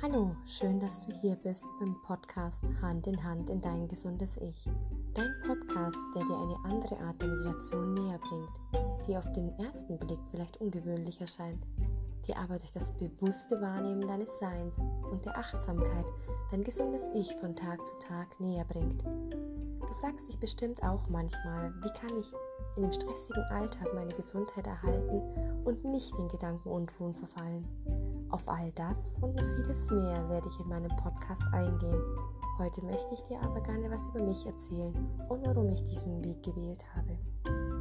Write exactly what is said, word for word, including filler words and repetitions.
Hallo, schön, dass du hier bist beim Podcast Hand in Hand in dein gesundes Ich. Dein Podcast, der dir eine andere Art der Meditation näher bringt, die auf den ersten Blick vielleicht ungewöhnlich erscheint, dir aber durch das bewusste Wahrnehmen deines Seins und der Achtsamkeit dein gesundes Ich von Tag zu Tag näher bringt. Du fragst dich bestimmt auch manchmal, wie kann ich in dem stressigen Alltag meine Gesundheit erhalten und nicht in Gedankenunruhen verfallen. Auf all das und noch vieles mehr werde ich in meinem Podcast eingehen. Heute möchte ich dir aber gerne was über mich erzählen und warum ich diesen Weg gewählt habe.